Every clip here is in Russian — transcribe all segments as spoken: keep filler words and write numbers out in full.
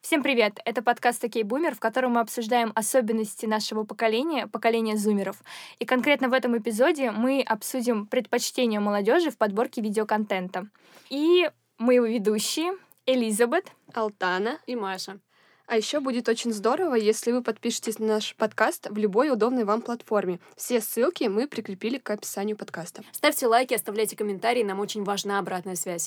Всем привет! Это подкаст «Окей, бумер», в котором мы обсуждаем особенности нашего поколения, поколения зумеров. И конкретно в этом эпизоде мы обсудим предпочтения молодежи в подборке видеоконтента. И мы его ведущие Элизабет, Алтана и Маша. А еще будет очень здорово, если вы подпишетесь на наш подкаст в любой удобной вам платформе. Все ссылки мы прикрепили к описанию подкаста. Ставьте лайки, оставляйте комментарии, нам очень важна обратная связь.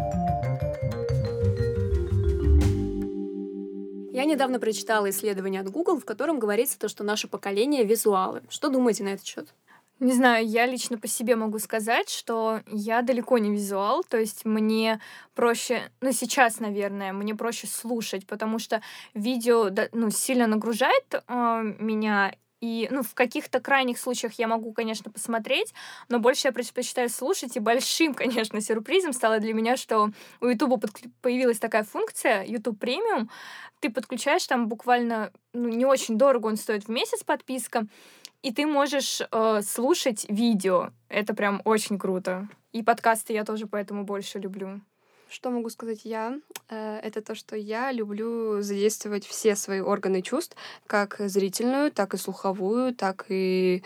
Я недавно прочитала исследование от Google, в котором говорится то, что наше поколение — визуалы. Что думаете на этот счет? Не знаю, я лично по себе могу сказать, что я далеко не визуал, то есть мне проще, ну сейчас, наверное, мне проще слушать, потому что видео, да, ну, сильно нагружает э, меня, и, ну, в каких-то крайних случаях я могу, конечно, посмотреть, но больше я предпочитаю слушать, и большим, конечно, сюрпризом стало для меня, что у YouTube подклю- появилась такая функция YouTube Premium, ты подключаешь там буквально, ну, не очень дорого он стоит в месяц подписка, и ты можешь э, слушать видео. Это прям очень круто. И подкасты я тоже поэтому больше люблю. Что могу сказать я? Э, Это то, что я люблю задействовать все свои органы чувств, как зрительную, так и слуховую, так и...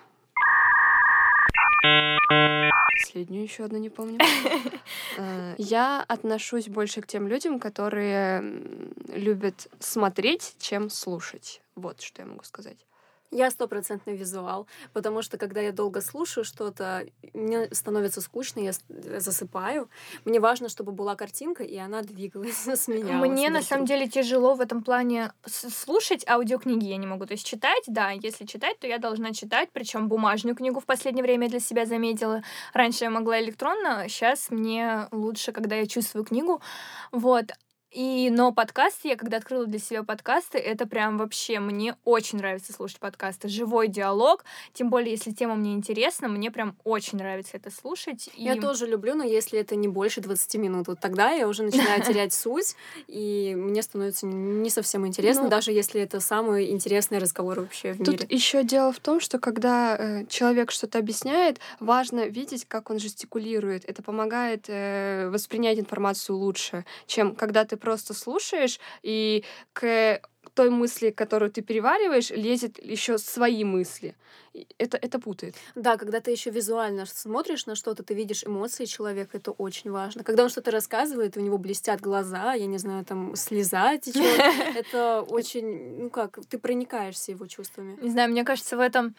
Последнюю еще одну не помню. Э, Я отношусь больше к тем людям, которые м, любят смотреть, чем слушать. Вот что я могу сказать. Я стопроцентный визуал, потому что, когда я долго слушаю что-то, мне становится скучно, я с- засыпаю. Мне важно, чтобы была картинка, и она двигалась, смеялась. Мне на друг самом другу. деле тяжело в этом плане с- слушать аудиокниги я не могу. То есть читать, да, если читать, то я должна читать, причем бумажную книгу в последнее время я для себя заметила. Раньше я могла электронно, сейчас мне лучше, когда я чувствую книгу. Вот. И, но подкасты, я когда открыла для себя подкасты, это прям вообще, мне очень нравится слушать подкасты. Живой диалог, тем более, если тема мне интересна, мне прям очень нравится это слушать. И... Я тоже люблю, но если это не больше двадцати минут, вот тогда я уже начинаю терять суть, и мне становится не совсем интересно, Ну, даже если это самый интересный разговор вообще в Тут мире. еще дело в том, что когда э, человек что-то объясняет, важно видеть, как он жестикулирует. Это помогает э, воспринять информацию лучше, чем когда ты просто слушаешь, и к той мысли, которую ты перевариваешь, лезет еще свои мысли. И Это, это путает. Да, когда ты еще визуально смотришь на что-то, ты видишь эмоции человека, это очень важно. Когда он что-то рассказывает, у него блестят глаза, я не знаю, там слеза течет, это очень, ну как, ты проникаешься его чувствами. Не знаю, мне кажется, в этом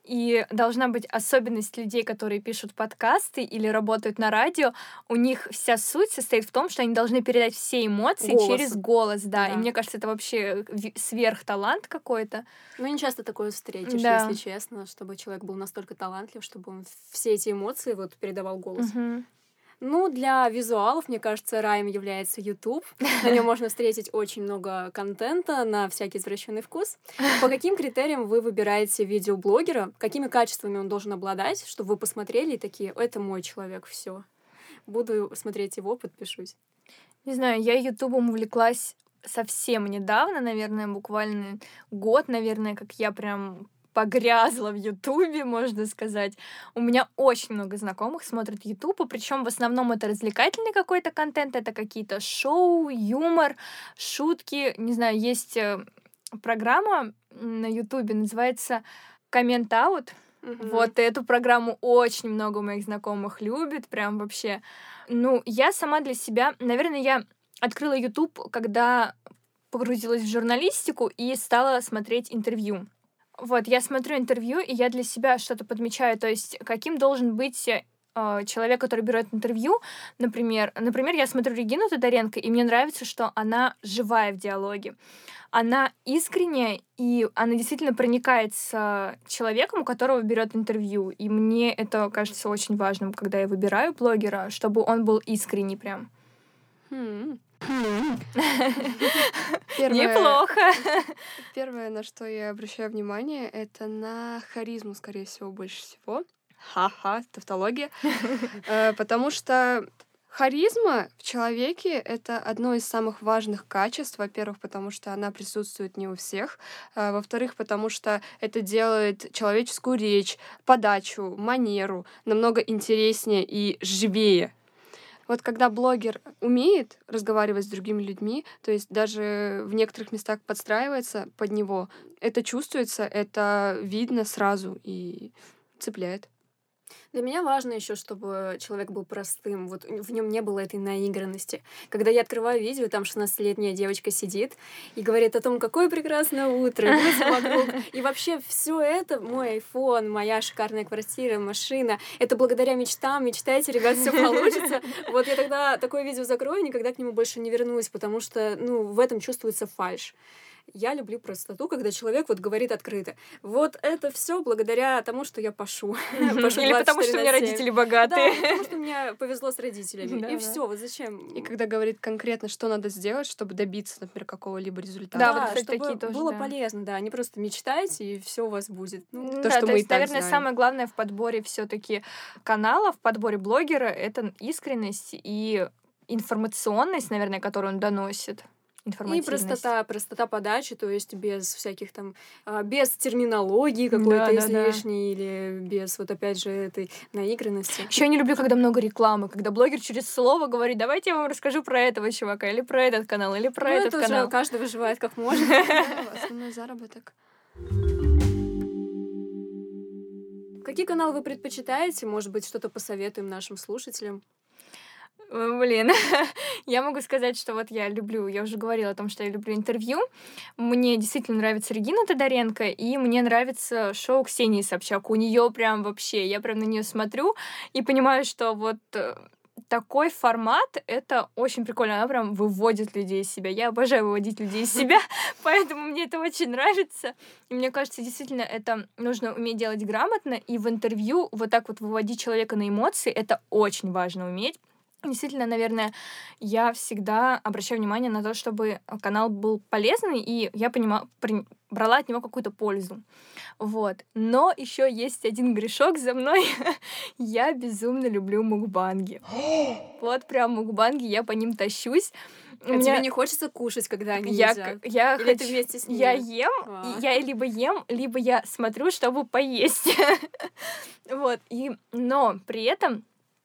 и должна быть особенность людей, которые пишут подкасты или работают на радио. У них вся суть состоит в том, что они должны передать все эмоции Голосом. через голос, да. И Да. мне кажется, это вообще ви- сверхталант какой-то. Ну, не часто такое встретишь, Да. если честно, чтобы человек был настолько талантлив, чтобы он все эти эмоции вот передавал голосом. Мгм. Ну, для визуалов, мне кажется, раем является YouTube. На нем можно встретить очень много контента на всякий извращенный вкус. По каким критериям вы выбираете видеоблогера? Какими качествами он должен обладать, чтобы вы посмотрели и такие: это мой человек, все. Буду смотреть его, подпишусь. Не знаю, я Ютубом увлеклась совсем недавно, наверное, буквально год, наверное, как я прям погрязла в Ютубе, можно сказать. У меня очень много знакомых смотрят Ютуб, и причем в основном это развлекательный какой-то контент, это какие-то шоу, юмор, шутки. Не знаю, есть э, программа на Ютубе, называется Comment Out. Мгм. Вот эту программу очень много моих знакомых любит, прям вообще. Ну, я сама для себя, наверное, я открыла YouTube, когда погрузилась в журналистику и стала смотреть интервью. Вот, я смотрю интервью, и я для себя что-то подмечаю, то есть каким должен быть э, человек, который берет интервью, например. Например, я смотрю Регину Тодоренко, и мне нравится, что она живая в диалоге. Она искренняя, и она действительно проникается человеком, у которого берет интервью. И мне это кажется очень важным, когда я выбираю блогера, чтобы он был искренний прям. Хм. Первое, Неплохо. первое, на что я обращаю внимание, это на харизму, скорее всего, больше всего. Ха-ха, тавтология. Э, Потому что харизма в человеке — это одно из самых важных качеств. Во-первых, потому что она присутствует не у всех. А Во-вторых, потому что это делает человеческую речь, подачу, манеру намного интереснее и живее. Вот когда блогер умеет разговаривать с другими людьми, то есть даже в некоторых местах подстраивается под него, это чувствуется, это видно сразу и цепляет. Для меня важно еще, чтобы человек был простым, вот в нем не было этой наигранности. Когда я открываю видео, там шестнадцатилетняя девочка сидит и говорит о том, какое прекрасное утро, люди вокруг. И вообще все это, мой айфон, моя шикарная квартира, машина, это благодаря мечтам. Мечтайте, ребят, все получится. Вот я тогда такое видео закрою, никогда к нему больше не вернусь, потому что, ну, в этом чувствуется фальшь. Я люблю простоту, когда человек вот говорит открыто. Вот это все благодаря тому, что я пашу. Пашу Или потому, что у меня родители богатые. Да, потому что мне повезло с родителями. Да, И да. все, вот зачем? И когда говорит конкретно, что надо сделать, чтобы добиться, например, какого-либо результата. Да, вот, Да, кстати, чтобы такие тоже, было да. полезно, да. Не просто мечтайте, и все у вас будет. Ну, То, Да, что то мы и есть, так наверное, знаем. самое главное в подборе все-таки канала, в подборе блогера это искренность и информационность, наверное, которую он доносит. и Информативность. простота, простота подачи, то есть без всяких там, а, без терминологии какой-то Да, да, да. излишней или без вот опять же этой наигранности. Еще я не люблю, когда много рекламы, когда блогер через слово говорит, давайте я вам расскажу про этого чувака, или про этот канал, или про Ну, этот это уже канал. каждый выживает как может. Да, основной заработок. Какие каналы вы предпочитаете? Может быть, что-то посоветуем нашим слушателям? Э, Блин, я могу сказать, что вот я люблю, я уже говорила о том, что я люблю интервью. Мне действительно нравится Регина Тодоренко, и мне нравится шоу Ксении Собчак. У нее прям вообще, я прям на нее смотрю и понимаю, что вот э, такой формат, это очень прикольно. Она прям выводит людей из себя. Я обожаю выводить людей из себя, поэтому мне это очень нравится. И мне кажется, действительно, это нужно уметь делать грамотно, и в интервью вот так вот выводить человека на эмоции, это очень важно уметь. Действительно, наверное, я всегда обращаю внимание на то, чтобы канал был полезный, и я понимала, при- брала от него какую-то пользу. Вот. Но еще есть один грешок за мной. Я безумно люблю мукбанги. Вот прям мукбанги, я по ним тащусь. У А меня- тебе не хочется кушать, когда они я, едят? к- я Или ты хочу- вместе с ними? Я ем, А. и я либо ем, либо я смотрю, чтобы поесть. Вот. И, но при этом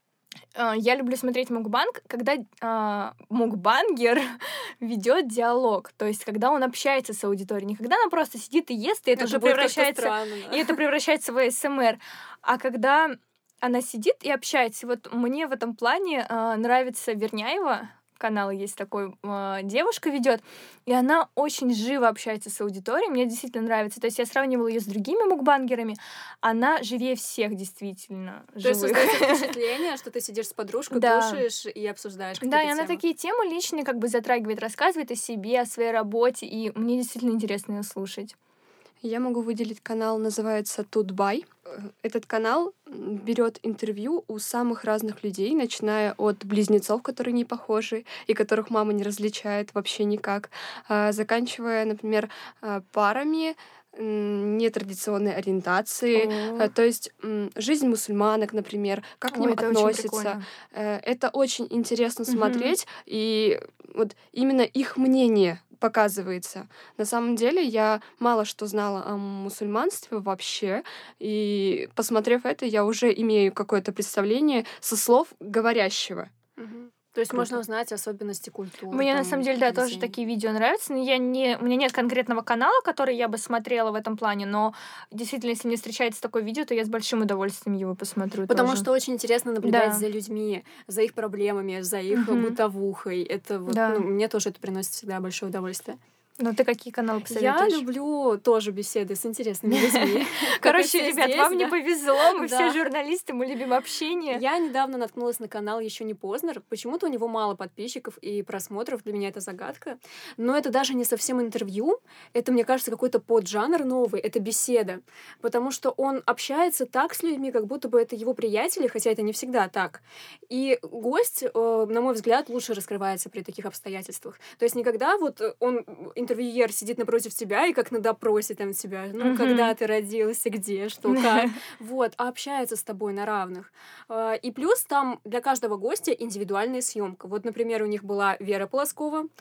э, я люблю смотреть мукбанг, когда э, мукбангер ведет диалог, то есть когда он общается с аудиторией, не когда она просто сидит и ест, и это, уже будет как-то превращается, странно, да. и это превращается в эй эс эм эр, а когда она сидит и общается. И вот мне в этом плане э, нравится Верняева, канал есть такой, э, девушка ведет, и она очень живо общается с аудиторией, мне действительно нравится. То есть я сравнивала ее с другими мукбангерами, она живее всех действительно То есть живых. создается впечатление, что ты сидишь с подружкой, Да. кушаешь и обсуждаешь какие-то Да, и она темы. такие темы личные как бы затрагивает, рассказывает о себе, о своей работе, и мне действительно интересно ее слушать. Я могу выделить канал, называется Тутбай. Э, Этот канал м, берет интервью у самых разных людей, начиная от близнецов, которые не похожи и которых мама не различает вообще никак, а, заканчивая, например, а, парами м, нетрадиционной ориентации, О. а, то есть м, жизнь мусульманок, например, как к Ой, ним это очень относятся. прикольно. Э, Это очень интересно Мгм. смотреть, и вот именно их мнение показывается. На самом деле я мало что знала о мусульманстве вообще, и посмотрев это, я уже имею какое-то представление со слов говорящего. Мгм. То есть Круто. можно узнать особенности культуры. Мне на там, самом деле, да, тоже поведения. такие видео нравятся, но я не, у меня нет конкретного канала, который я бы смотрела в этом плане, но действительно, если мне встречается такое видео, то я с большим удовольствием его посмотрю Потому тоже. что очень интересно наблюдать Да. за людьми, за их проблемами, за их э, Мгм. бытовухой. Это вот, Да. ну, мне тоже это приносит всегда большое удовольствие. Ну ты какие каналы Я посоветуешь? люблю тоже беседы с интересными людьми. Как и Короче, все ребят, здесь, вам не да. повезло, мы Да. все журналисты, мы любим общение. Я недавно наткнулась на канал «Еще не Познер». Почему-то у него мало подписчиков и просмотров. Для меня это загадка. Но это даже не совсем интервью. Это, мне кажется, какой-то поджанр новый. Это беседа. Потому что он общается так с людьми, как будто бы это его приятели, хотя это не всегда так. И гость, э, на мой взгляд, лучше раскрывается при таких обстоятельствах. То есть никогда вот он, интервьюер, сидит напротив тебя и как на допросе там тебя, ну, Мгм. когда ты родился, где, что, как. Вот, а общается с тобой на равных. А, И плюс там для каждого гостя индивидуальная съемка. Вот, например, у них была Вера Полоскова,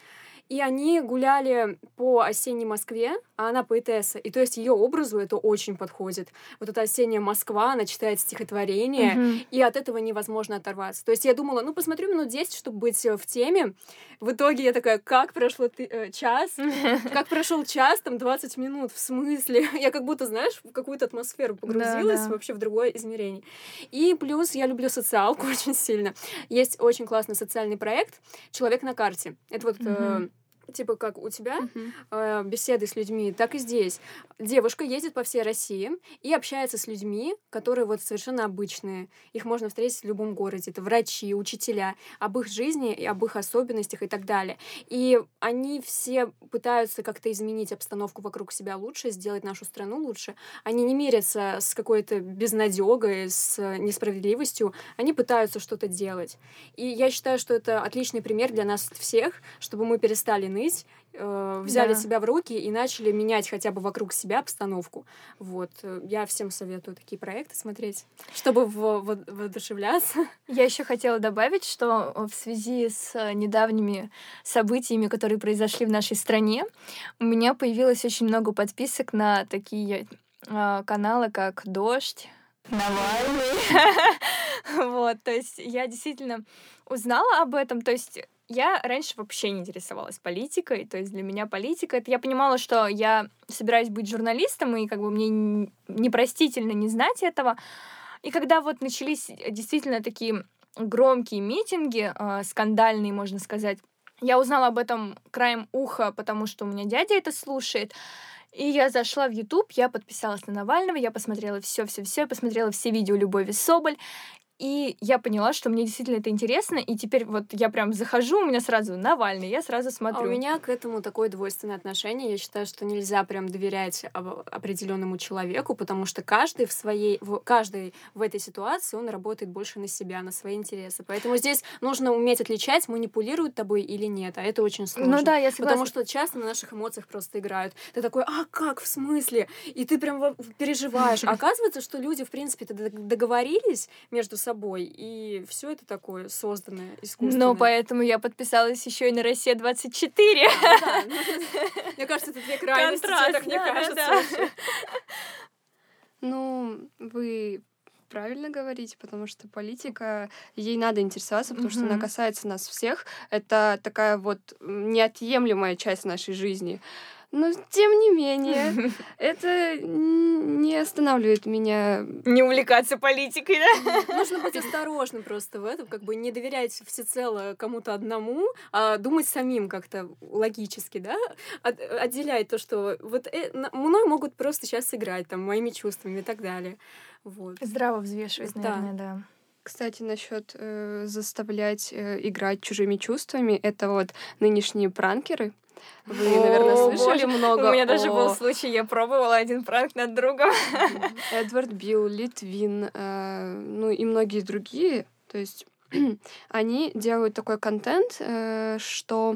И они гуляли по осенней Москве, а она поэтесса. И то есть ее образу это очень подходит. Вот эта осенняя Москва, она читает стихотворение, Мгм. и от этого невозможно оторваться. То есть я думала, ну, посмотрю минут десять, чтобы быть э, в теме. В итоге я такая, как прошло ты- э, час? Как прошел час, там, двадцать минут? В смысле? Я как будто, знаешь, в какую-то атмосферу погрузилась, Да, да. вообще в другое измерение. И плюс я люблю социалку очень сильно. Есть очень классный социальный проект «Человек на карте». Это вот... э, Мгм. типа как у тебя Мгм. э, беседы с людьми, так и здесь. Девушка ездит по всей России и общается с людьми, которые вот совершенно обычные. Их можно встретить в любом городе. Это врачи, учителя, об их жизни, и об их особенностях и так далее. И они все пытаются как-то изменить обстановку вокруг себя лучше, сделать нашу страну лучше. Они не мирятся с какой-то безнадёгой, с несправедливостью. Они пытаются что-то делать. И я считаю, что это отличный пример для нас всех, чтобы мы перестали ныть, э, взяли Да. себя в руки и начали менять хотя бы вокруг себя обстановку. Вот. Э, Я всем советую такие проекты смотреть, чтобы в- во- воодушевляться. Я еще хотела добавить, что э, в связи с э, недавними событиями, которые произошли в нашей стране, у меня появилось очень много подписок на такие э, каналы, как «Дождь», «Навальный». Вот, то есть я действительно узнала об этом, то есть я раньше вообще не интересовалась политикой, то есть для меня политика — это я понимала, что я собираюсь быть журналистом, и как бы мне н- непростительно не знать этого. И когда вот начались э, действительно такие громкие митинги, э, скандальные, можно сказать, я узнала об этом краем уха, потому что у меня дядя это слушает. И я зашла в YouTube, я подписалась на Навального, я посмотрела все-все-все, посмотрела все видео Любови Соболь. И я поняла, что мне действительно это интересно, и теперь вот я прям захожу, у меня сразу Навальный, я сразу А у смотрю. меня к этому такое двойственное отношение. Я считаю, что нельзя прям доверять об- определенному человеку, потому что каждый в своей, в, каждый в этой ситуации, он работает больше на себя, на свои интересы. Поэтому здесь нужно уметь отличать, манипулируют тобой или нет, а это очень сложно. Ну да, я Потому согласна. что часто на наших эмоциях просто играют. Ты такой, а как, в смысле? И ты прям во- переживаешь. А оказывается, что люди, в принципе, договорились между собой, и все это такое созданное, искусственное. Ну, поэтому я подписалась еще и на Россия двадцать четыре. А, ну да, ну, мне кажется, это две крайности, тебе Контраст, так не да, да, кажется да. вообще. Ну, вы правильно говорите, потому что политика, ей надо интересоваться, потому что она Мгм. касается нас всех. Это такая вот м, неотъемлемая часть нашей жизни. Но, тем не менее, это н- не останавливает меня. Не увлекаться политикой, да? Нужно быть осторожным просто в этом, как бы не доверять всецело кому-то одному, а думать самим как-то логически, да, От- отделять то, что вот э, на- мной могут просто сейчас сыграть, там, моими чувствами и так далее. Вот. Здраво взвешивать, Да. наверное, да. Кстати, насчет э, заставлять э, играть чужими чувствами, это вот нынешние пранкеры. Вы, наверное, О, слышали боже, много У меня даже был о случай, я пробовала один пранк над другом. Эдвард Билл, Литвин, э, ну и многие другие. То есть они делают такой контент, э, что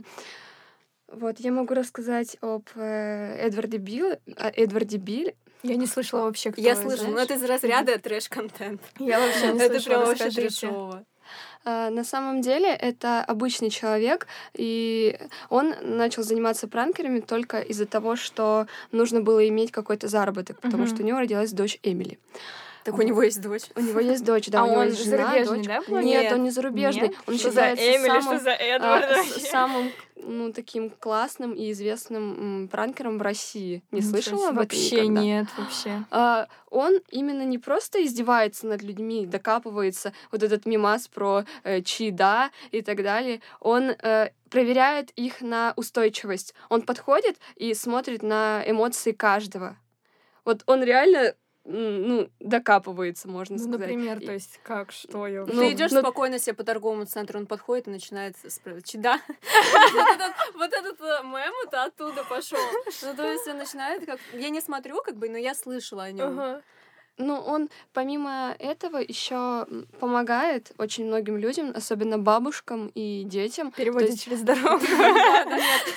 вот я могу рассказать об э, Эдварде Билл, о Эдварде Билле. Я не слышала вообще, кто Я это. слышала, но это из разряда трэш-контент. Я вообще не Это слышала, прям вообще расскажите. трэшово. А, На самом деле это обычный человек, и он начал заниматься пранкерами только из-за того, что нужно было иметь какой-то заработок, потому Мгм. что у него родилась дочь Эмили. Так у него есть дочь. У него есть дочь, да, А у него он есть жена, зарубежный, дочь. да, блогер? Нет, он не зарубежный. Нет? Он Что за считается Эмили, самым, что за а, Эдвард с- вообще? самым, ну, таким классным и известным м, пранкером в России. Не Ничего слышала себе, об этом вообще никогда? нет, вообще. А, он именно не просто издевается над людьми, докапывается, вот этот мимас про э, чьи да и так далее, он э, проверяет их на устойчивость. Он подходит и смотрит на эмоции каждого. Вот он реально, м, ну, докапывается, можно Ну, сказать. например, И- то есть как, что я... Ну, Ты идешь ну- спокойно себе по торговому центру, он подходит и начинает спрашивать, да? Вот этот- Вот этот э, мем, это оттуда пошел. Ну, то есть он начинает как... Я не смотрю, как бы, но я слышала о нем. Ага. Ну, он помимо этого еще помогает очень многим людям, особенно бабушкам и детям. То Переводит есть- через дорогу. Нет, в том смысле,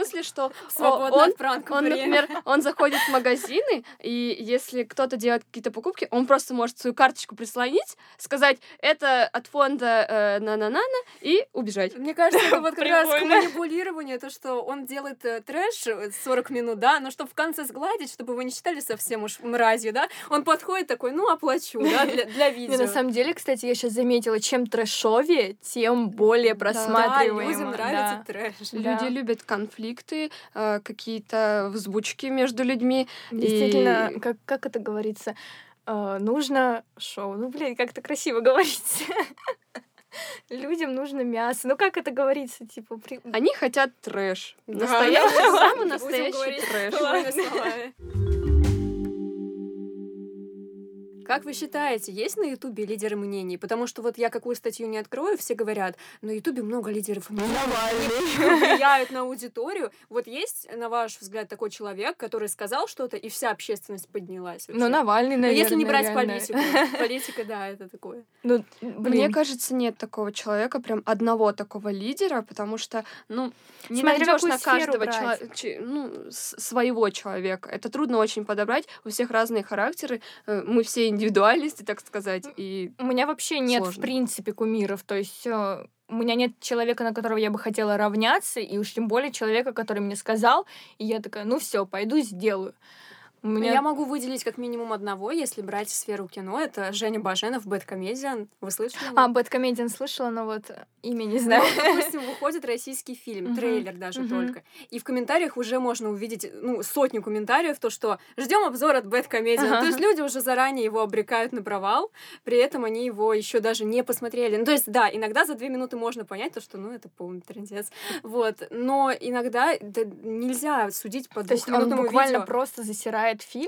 смысле, что Свободное он, от пранков он, время. например, он заходит в магазины, и если кто-то делает какие-то покупки, он просто может свою карточку прислонить, сказать, это от фонда э, на-на-на-на, и убежать. Мне кажется, это вот как раз Прикольно. манипулирование, то, что он делает э, трэш э, сорок минут, да, но чтобы в конце сгладить, чтобы вы не считали совсем уж мразью, да, он подходит такой, ну, оплачу, да, для, для Не, видео. на самом деле, кстати, я сейчас заметила, чем трэшовее, тем более Да, просматриваемо. людям нравится Да. трэш. Да. Люди любят конфликты, э, какие-то взбучки между людьми. Действительно, И как, как это говорится, э, нужно шоу. Ну, блин, как это красиво говорится. Людям нужно мясо. Ну, как это говорится, типа... При... они хотят трэш. Да, Настоящий, да. самый Будем настоящий говорить трэш. правильными словами. Как вы считаете, есть на Ютубе лидеры мнений? Потому что вот я какую статью не открою, все говорят, на Ютубе много лидеров мнений. Они влияют на аудиторию. Вот есть, на ваш взгляд, такой человек, который сказал что-то, и вся общественность поднялась? Ну, Навальный, Ну, наверное. если не брать реально. политику. Политика, да, это такое. Ну, Мне блин. кажется, нет такого человека, прям одного такого лидера, потому что, ну, не Смотря найдешь какую на сферу каждого брать. чело- чи- ну, с- своего человека. Это трудно очень подобрать. У всех разные характеры. э, Мы все индивидуальности, так сказать. И У меня вообще нет, в Сложно. принципе, кумиров. То есть э, у меня нет человека, на которого я бы хотела равняться, и уж тем более человека, который мне сказал, и я такая, ну все, пойду сделаю. У меня... Я могу выделить как минимум одного, если брать сферу кино. Это Женя Баженов, Бэдкомедиан. Вы слышали? А, Бэдкомедиан слышала, но вот имя не знаю. Ну, допустим, выходит российский фильм, Мгм, трейлер даже мгм. только. И в комментариях уже можно увидеть, ну, сотню комментариев, то, что ждем обзор от Бэдкомедиана. Ага. То есть люди уже заранее его обрекают на провал, при этом они его еще даже не посмотрели. Ну, то есть, да, иногда за две минуты можно понять то, что, ну, это полный трындец. Вот. Но иногда да, нельзя судить по То есть он двухминутному буквально видео. просто засирает фильм?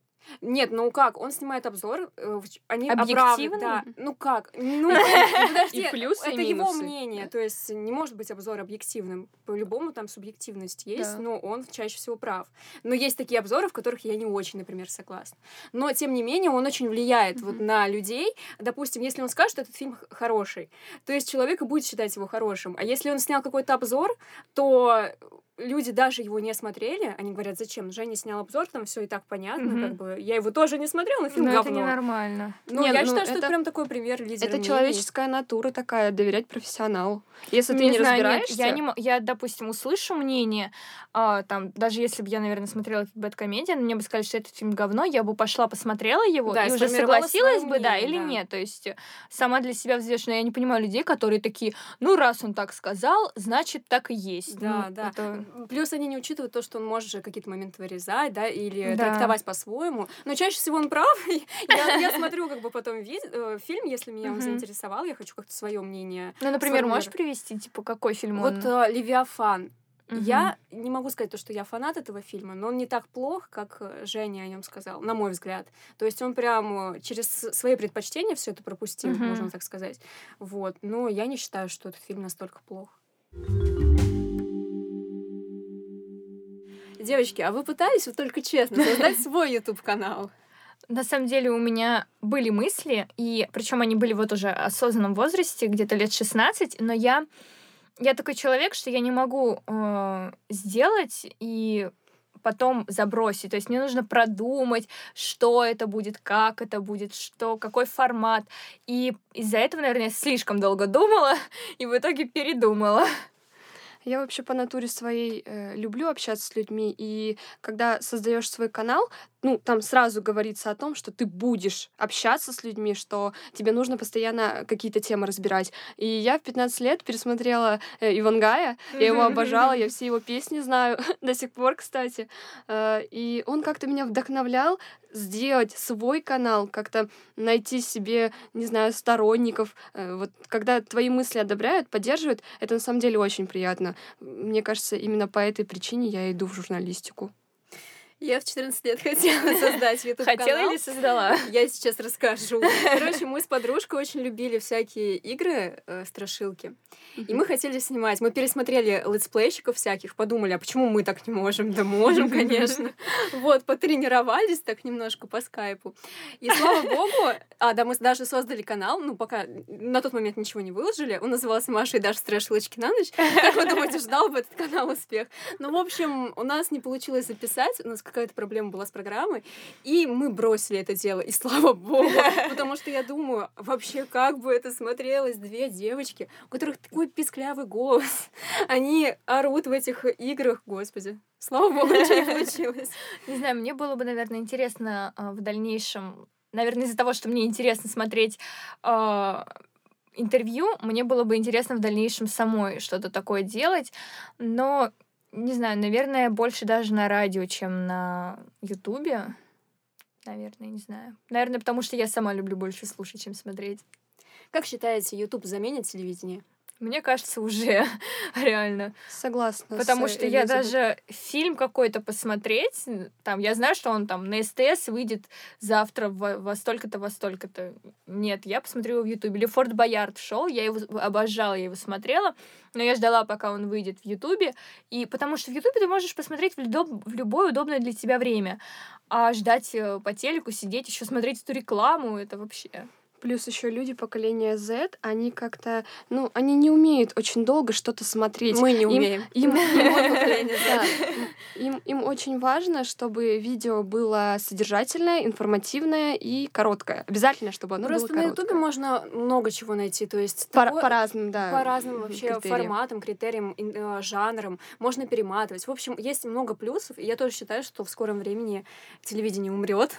Нет, ну как, он снимает обзор, э, в ч- они Объективно? оправдывают, да. Ну как, ну подожди, И плюсы, и это его минусы. мнение, то есть не может быть обзор объективным, по-любому там субъективность есть, Да. но он чаще всего прав. Но есть такие обзоры, в которых я не очень, например, согласна. Но тем не менее он очень влияет вот на людей. Допустим, если он скажет, что этот фильм х- хороший, то есть человек и будет считать его хорошим. А если он снял какой-то обзор, то люди даже его не смотрели, они говорят, зачем? Женя снял обзор, там все и так понятно, Мгм. как бы я его тоже не смотрела, но фильм Ну, это говно. ненормально. Ну, Не, я ну, считаю, что это это- прям такой пример лидера это мнений. человеческая натура такая, доверять профессионалу. Если ты Не не знаю, нет, разбираешься... я, не, мо- я, допустим, услышу мнение, а, там, даже если бы я, наверное, смотрела этот Бэдкомедиан, мне бы сказали, что этот фильм говно, я бы пошла, посмотрела его, Да, и и уже сформировала согласилась своё бы, да, мнение, или да. нет. То есть э, сама для себя взвешу. Но я не понимаю людей, которые такие, ну, раз он так сказал, значит, так и есть. Да, Ну, да. это- Плюс они не учитывают то, что он может же какие-то моменты вырезать, да, или Да. трактовать по-своему. Но чаще всего он прав. я, я смотрю как бы потом ви- э, фильм, если меня он Мгм. заинтересовал, я хочу как-то свое мнение. Ну, например, можешь сформулировать. привести, типа, какой фильм Вот он? э, «Левиафан». Мгм. Я не могу сказать то, что я фанат этого фильма, но он не так плох, как э, Женя о нем сказал, на мой взгляд. То есть он прям э, через с- свои предпочтения все это пропустил, Мгм. можно так сказать. Вот. Но я не считаю, что этот фильм настолько плох. Девочки, а вы пытались, вот только честно, создать свой YouTube-канал? На самом деле у меня были мысли, и причем они были вот уже в осознанном возрасте, где-то лет шестнадцать, но я, я такой человек, что я не могу э, сделать и потом забросить. То есть мне нужно продумать, что это будет, как это будет, что, какой формат. И из-за этого, наверное, я слишком долго думала и в итоге передумала. Я вообще по натуре своей э, люблю общаться с людьми, и когда создаешь свой канал, ну, там сразу говорится о том, что ты будешь общаться с людьми, что тебе нужно постоянно какие-то темы разбирать. И я в пятнадцать лет пересмотрела э, Ивангая, я его обожала, я все его песни знаю до сих пор, кстати. Э, и он как-то меня вдохновлял сделать свой канал, как-то найти себе, не знаю, сторонников. Э, вот когда твои мысли одобряют, поддерживают, это на самом деле очень приятно. Мне кажется, именно по этой причине я иду в журналистику. Я в четырнадцать лет хотела создать YouTube-канал. Хотела или создала? Я сейчас расскажу. Короче, мы с подружкой очень любили всякие игры, э, страшилки. И мы хотели снимать. Мы пересмотрели летсплейщиков всяких, подумали, а почему мы так не можем? Да можем, конечно. Вот, потренировались так немножко по скайпу. И слава богу, а, да, мы даже создали канал, ну, пока на тот момент ничего не выложили. Он назывался «Маша и Даша страшилочки на ночь». Как вы думаете, ждал бы этот канал успех? Ну, в общем, у нас не получилось записать, у нас какая-то проблема была с программой, и мы бросили это дело, и слава богу, потому что я думаю, вообще, как бы это смотрелось, две девочки, у которых такой писклявый голос, они орут в этих играх, господи. Слава богу, ничего не получилось. Не знаю, мне было бы, наверное, интересно а, в дальнейшем, наверное, из-за того, что мне интересно смотреть а, интервью, мне было бы интересно в дальнейшем самой что-то такое делать, но не знаю, наверное, больше даже на радио, чем на Ютубе. Наверное, не знаю. Наверное, потому что я сама люблю больше слушать, чем смотреть. Как считаете, YouTube заменит телевидение? Мне кажется, уже реально. Согласна. Потому с что я Элизабет. даже фильм какой-то посмотреть, там, я знаю, что он там на СТС выйдет завтра во, во столько-то, во столько-то. Нет, я посмотрю его в Ютубе. Или Форт Боярд шел, я его обожала, я его смотрела, но я ждала, пока он выйдет в Ютубе. И потому что в Ютубе ты можешь посмотреть в, люб- в любое удобное для тебя время. А ждать э, по телеку, сидеть, еще смотреть эту рекламу, это вообще... Плюс еще люди поколения Z, они как-то, ну, они не умеют очень долго что-то смотреть. Мы не Им- умеем. Им, им- Мы поколение Z. да, им, им очень важно, чтобы видео было содержательное, информативное и короткое. Обязательно, чтобы оно Просто было на короткое. Ютубе можно много чего найти, то есть По, такое- по разным, да. по разным мгм, вообще критериям. форматам, критериям, ин- э, жанрам, можно перематывать. В общем, есть много плюсов, и я тоже считаю, что в скором времени телевидение умрет,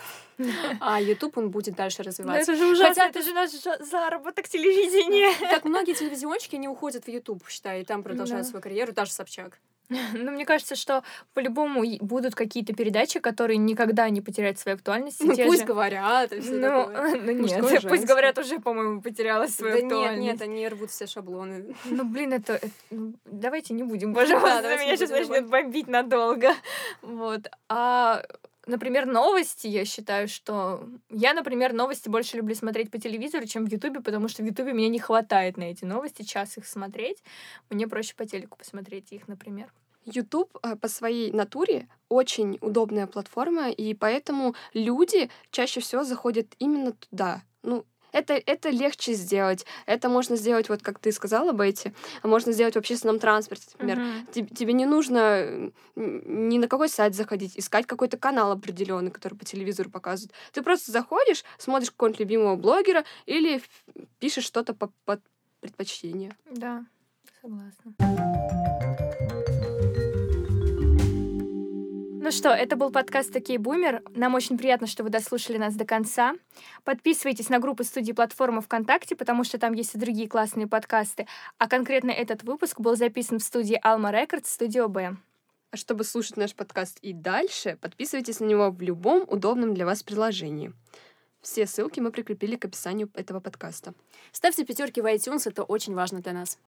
а YouTube он будет дальше Ну, развиваться. это же ужасно, Хотя это же наш жа- заработок телевидения. Так многие телевизионщики, они уходят в YouTube, считай, и там продолжают Да. свою карьеру, даже Собчак. Ну, мне кажется, что по-любому и будут какие-то передачи, которые никогда не потеряют свою актуальность. и Ну, те пусть же- говорят, и всё Ну, такое. ну нет, Мужское, пусть женское. говорят, уже, по-моему, потерялась свою Да нет, актуальность. нет, они рвут все шаблоны. Ну, блин, это... это- ну, давайте не будем, пожалуйста, Да, давайте меня не сейчас будем начнет бомбить надолго. Вот. А, например, новости, я считаю, что... Я, например, новости больше люблю смотреть по телевизору, чем в Ютубе, потому что в Ютубе мне не хватает на эти новости, час их смотреть. Мне проще по телеку посмотреть их, например. YouTube э, по своей натуре очень удобная платформа, и поэтому люди чаще всего заходят именно туда. Ну, это, это легче сделать. Это можно сделать, вот как ты сказала, Бетти, а можно сделать в общественном транспорте, например. Мгм. Теб- Тебе не нужно э, н- ни на какой сайт заходить, искать какой-то канал определенный, который по телевизору показывают. Ты просто заходишь, смотришь какого-нибудь любимого блогера или ф- пишешь что-то по, по предпочтению. Да, согласна. Ну что, это был подкаст «Окей, Бумер». Нам очень приятно, что вы дослушали нас до конца. Подписывайтесь на группу студии «Платформа» ВКонтакте, потому что там есть и другие классные подкасты. А конкретно этот выпуск был записан в студии Alma Records, студио Б. А чтобы слушать наш подкаст и дальше, подписывайтесь на него в любом удобном для вас приложении. Все ссылки мы прикрепили к описанию этого подкаста. Ставьте пятерки в iTunes, это очень важно для нас.